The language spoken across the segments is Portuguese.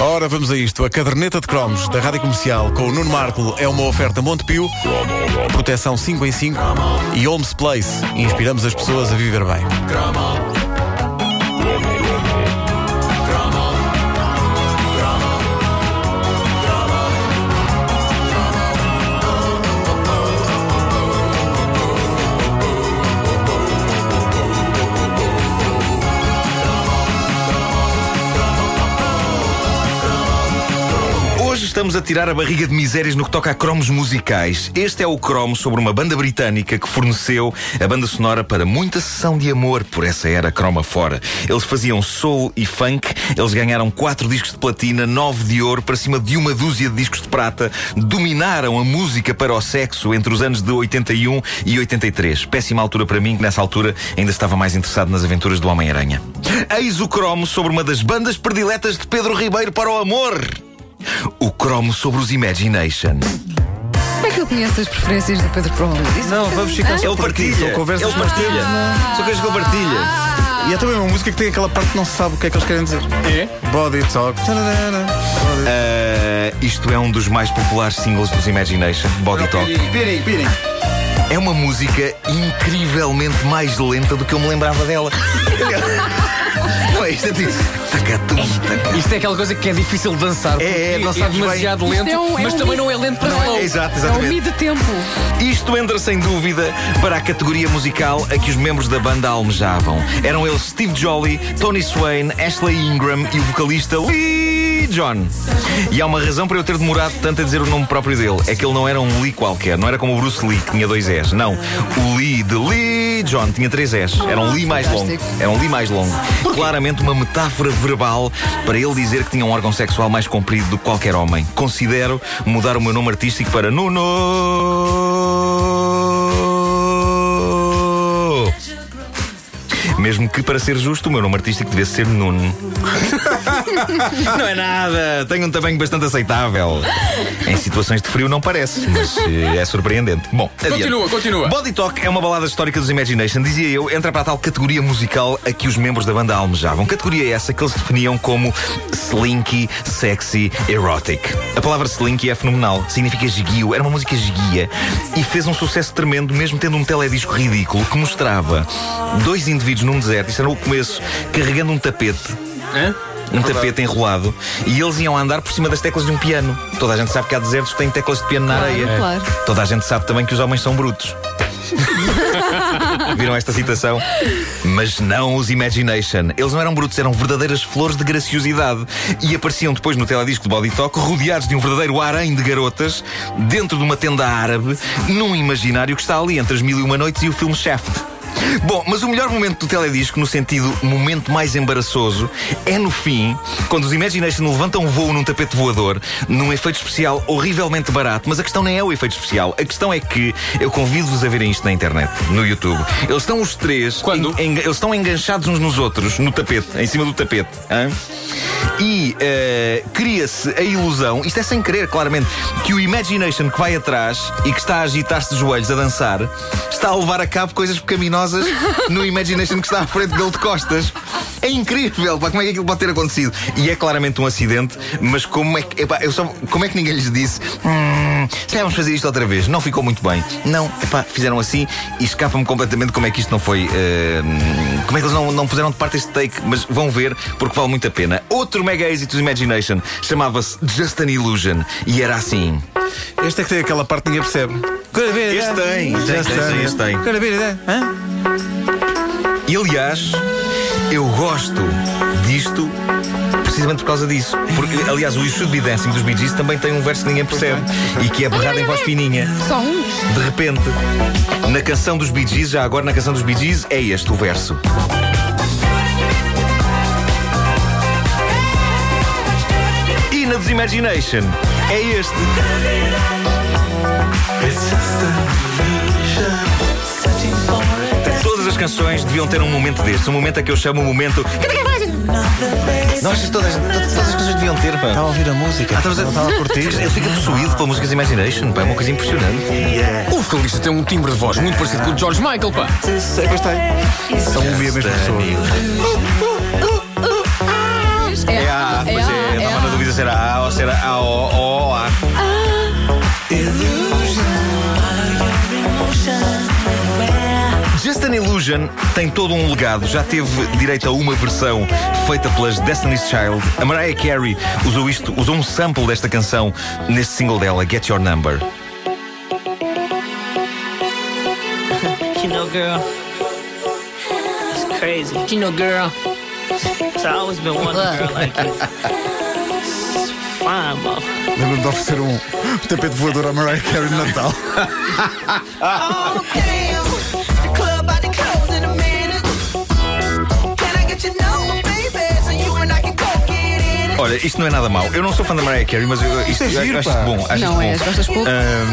Ora, vamos a isto. A caderneta de cromos da Rádio Comercial com o Nuno Marco é uma oferta Montepio, proteção 5 em 5 e Homes Place. Inspiramos as pessoas a viver bem. Estamos a tirar a barriga de misérias no que toca a cromos musicais. Este é o cromo sobre uma banda britânica que forneceu a banda sonora para muita sessão de amor por essa era croma fora. Eles faziam soul e funk, eles ganharam 4 discos de platina, 9 de ouro, para cima de uma dúzia de discos de prata. Dominaram a música para o sexo entre os anos de 81 e 83. Péssima altura para mim, que nessa altura ainda estava mais interessado nas aventuras do Homem-Aranha. Eis o cromo sobre uma das bandas prediletas de Pedro Ribeiro para o amor. O cromo sobre os Imagination. Como é que ele conhece as preferências do Pedro Pro? Não, vamos ficar só Ele por aqui. partilha. São conversas Ele partilha. São coisas que ele partilha. E é também uma música que tem aquela parte que não se sabe o que é que eles querem dizer. É? Body Talk. Isto é um dos mais populares singles dos Imagination, Body Talk. Pirem. É uma música incrivelmente mais lenta do que eu me lembrava dela. Não é isto, é tipo... Isto é aquela coisa que é difícil de dançar. É, não sabes demasiado bem. lento, mas também não é lento para slow. Exato, É um exatamente. mid tempo. Isto entra sem dúvida para a categoria musical a que os membros da banda almejavam. Eram eles Steve Jolly, Tony Swain, Ashley Ingram e o vocalista Lee John. E há uma razão para eu ter demorado tanto a dizer o nome próprio dele. É que ele não era um Lee qualquer, não era como o Bruce Lee, que tinha 2 Es. Não, o Lee de Lee John tinha 3 Es. Era um Lee mais longo. Era um Lee mais longo. Claramente uma metáfora verbal para ele dizer que tinha um órgão sexual mais comprido do que qualquer homem. Considero mudar o meu nome artístico para Nuno. Mesmo que, para ser justo, o meu nome artístico devesse ser Nuno. Não é nada, tenho um tamanho bastante aceitável. Em situações de frio não parece, mas é surpreendente. Bom, adiante. Continua. Body Talk é uma balada histórica dos Imagination, dizia eu, entra para a tal categoria musical a que os membros da banda almejavam. Categoria essa que eles definiam como slinky, sexy, erotic. A palavra slinky é fenomenal, significa esguio, era uma música esguia e fez um sucesso tremendo, mesmo tendo um teledisco ridículo que mostrava 2 indivíduos num deserto, isto era o começo, carregando um tapete. Hã? Um tapete enrolado. E eles iam andar por cima das teclas de um piano. Toda a gente sabe que há desertos que têm teclas de piano na areia. Claro. Toda a gente sabe também que os homens são brutos. Viram esta citação? Mas não os Imagination. Eles não eram brutos, eram verdadeiras flores de graciosidade. E apareciam depois no teledisco de Body Talk, rodeados de um verdadeiro harém de garotas, dentro de uma tenda árabe, num imaginário que está ali entre As Mil e Uma Noites e o filme Shaft. Bom, mas o melhor momento do teledisco, no sentido momento mais embaraçoso, é no fim, quando os Imagination levantam um voo num tapete voador, num efeito especial horrivelmente barato. Mas a questão nem é o efeito especial. A questão é que eu convido-vos a verem isto na internet, no YouTube. Eles estão os 3... Quando? Eles estão enganchados uns nos outros, no tapete, em cima do tapete. Hã? E cria-se a ilusão, isto é sem querer, claramente, que o Imagination que vai atrás e que está a agitar-se de joelhos a dançar, está a levar a cabo coisas pecaminosas no Imagination que está à frente dele de costas. É incrível, pá, como é que aquilo pode ter acontecido? E é claramente um acidente, mas como é que, como é que ninguém lhes disse se vamos fazer isto outra vez? Não ficou muito bem. Não, fizeram assim e escapa-me completamente como é que isto não foi como é que eles não puseram de parte este take, mas vão ver porque vale muito a pena. Outro mega êxito dos Imagination chamava-se Just an Illusion e era assim. Este é que tem aquela parte que ninguém percebe. Este tem. E aliás, eu gosto disto precisamente por causa disso. Porque, aliás, o You Should Be Dancing dos Bee Gees também tem um verso que ninguém percebe e que é berrado em voz fininha. Só um? De repente, na canção dos Bee Gees, já agora na canção dos Bee Gees, é este o verso. E na dos Imagination é este. Todas as canções deviam ter um momento destes. Um momento a que eu chamo o momento. Nós, todas as canções deviam ter, pá. Estava a ouvir a música. Estava a curtir. Ele fica possuído pela música Imagination, pá. É uma coisa impressionante. O vocalista tem um timbre de voz muito parecido com o George Michael, pá. Sei, gostei. Ele ouvia a mesma pessoa. Pois é, não há na dúvida dúvida se era A ou se era A-O-O-A. Just an Illusion tem todo um legado. Já teve direito a uma versão feita pelas Destiny's Child. A Mariah Carey usou um sample desta canção neste single dela, Get Your Number. You know, girl, it's crazy. You know, girl. So I always been wanting a girl like you. It's fine, motherfucker. Lembro-me de oferecer um tapete voador à Mariah Carey no Natal. Oh, damn. The club about to close in a minute. Can I get your number, baby? So you and I can go get in it. Olha, isto não é nada mau. Eu não sou fã da Mariah Carey, mas isto é giro, acho pá. bom. Acho Não bom. és, gostas pouco?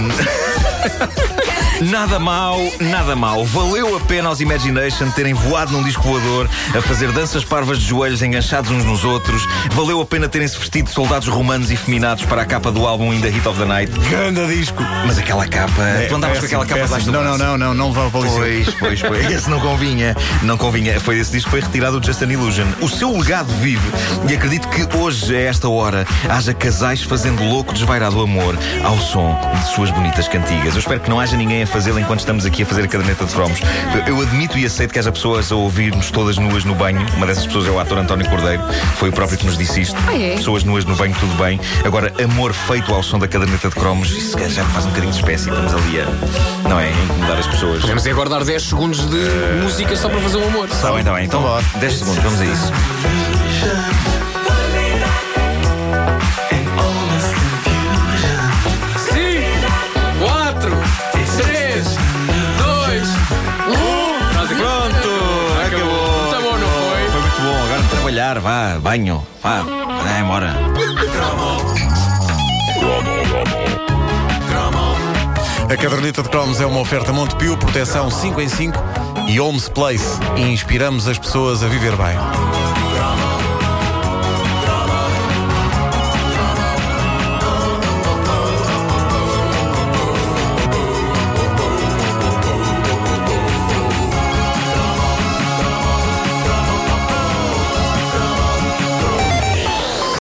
Nada mal, nada mal. Valeu a pena aos Imagination terem voado num disco voador a fazer danças parvas de joelhos enganchados uns nos outros. Valeu a pena terem-se vestido de soldados romanos e feminados para a capa do álbum In the Heat of the Night. Grande disco. Mas aquela capa... tu andavas com aquela capa debaixo do braço. Não levava para o liceu. Pois. Esse não convinha. Não convinha. Foi desse disco que foi retirado o Just an Illusion. O seu legado vive e acredito que hoje, a esta hora, haja casais fazendo louco desvairado amor ao som de suas bonitas cantigas. Eu espero que não haja ninguém a fazê-lo enquanto estamos aqui a fazer a caderneta de cromos. Eu admito e aceito que haja pessoas a ouvir-nos todas nuas no banho. Uma dessas pessoas é o ator António Cordeiro. Foi o próprio que nos disse isto. É? Pessoas nuas no banho, tudo bem. Agora, amor feito ao som da caderneta de cromos, isso já me faz um bocadinho de espécie. Estamos ali a... Não é? A incomodar as pessoas. Podemos é agora dar 10 segundos de música só para fazer um amor. Está bem. Então, 10 segundos, vamos a isso. 4, 3, 2, 1. Pronto! Acabou! Tá bom, não foi? Foi muito bom. Agora trabalhar, vá, banho, vá, embora. A caderneta de cromos é uma oferta Montepio, proteção 5 em 5 e Homes Place. Inspiramos as pessoas a viver bem.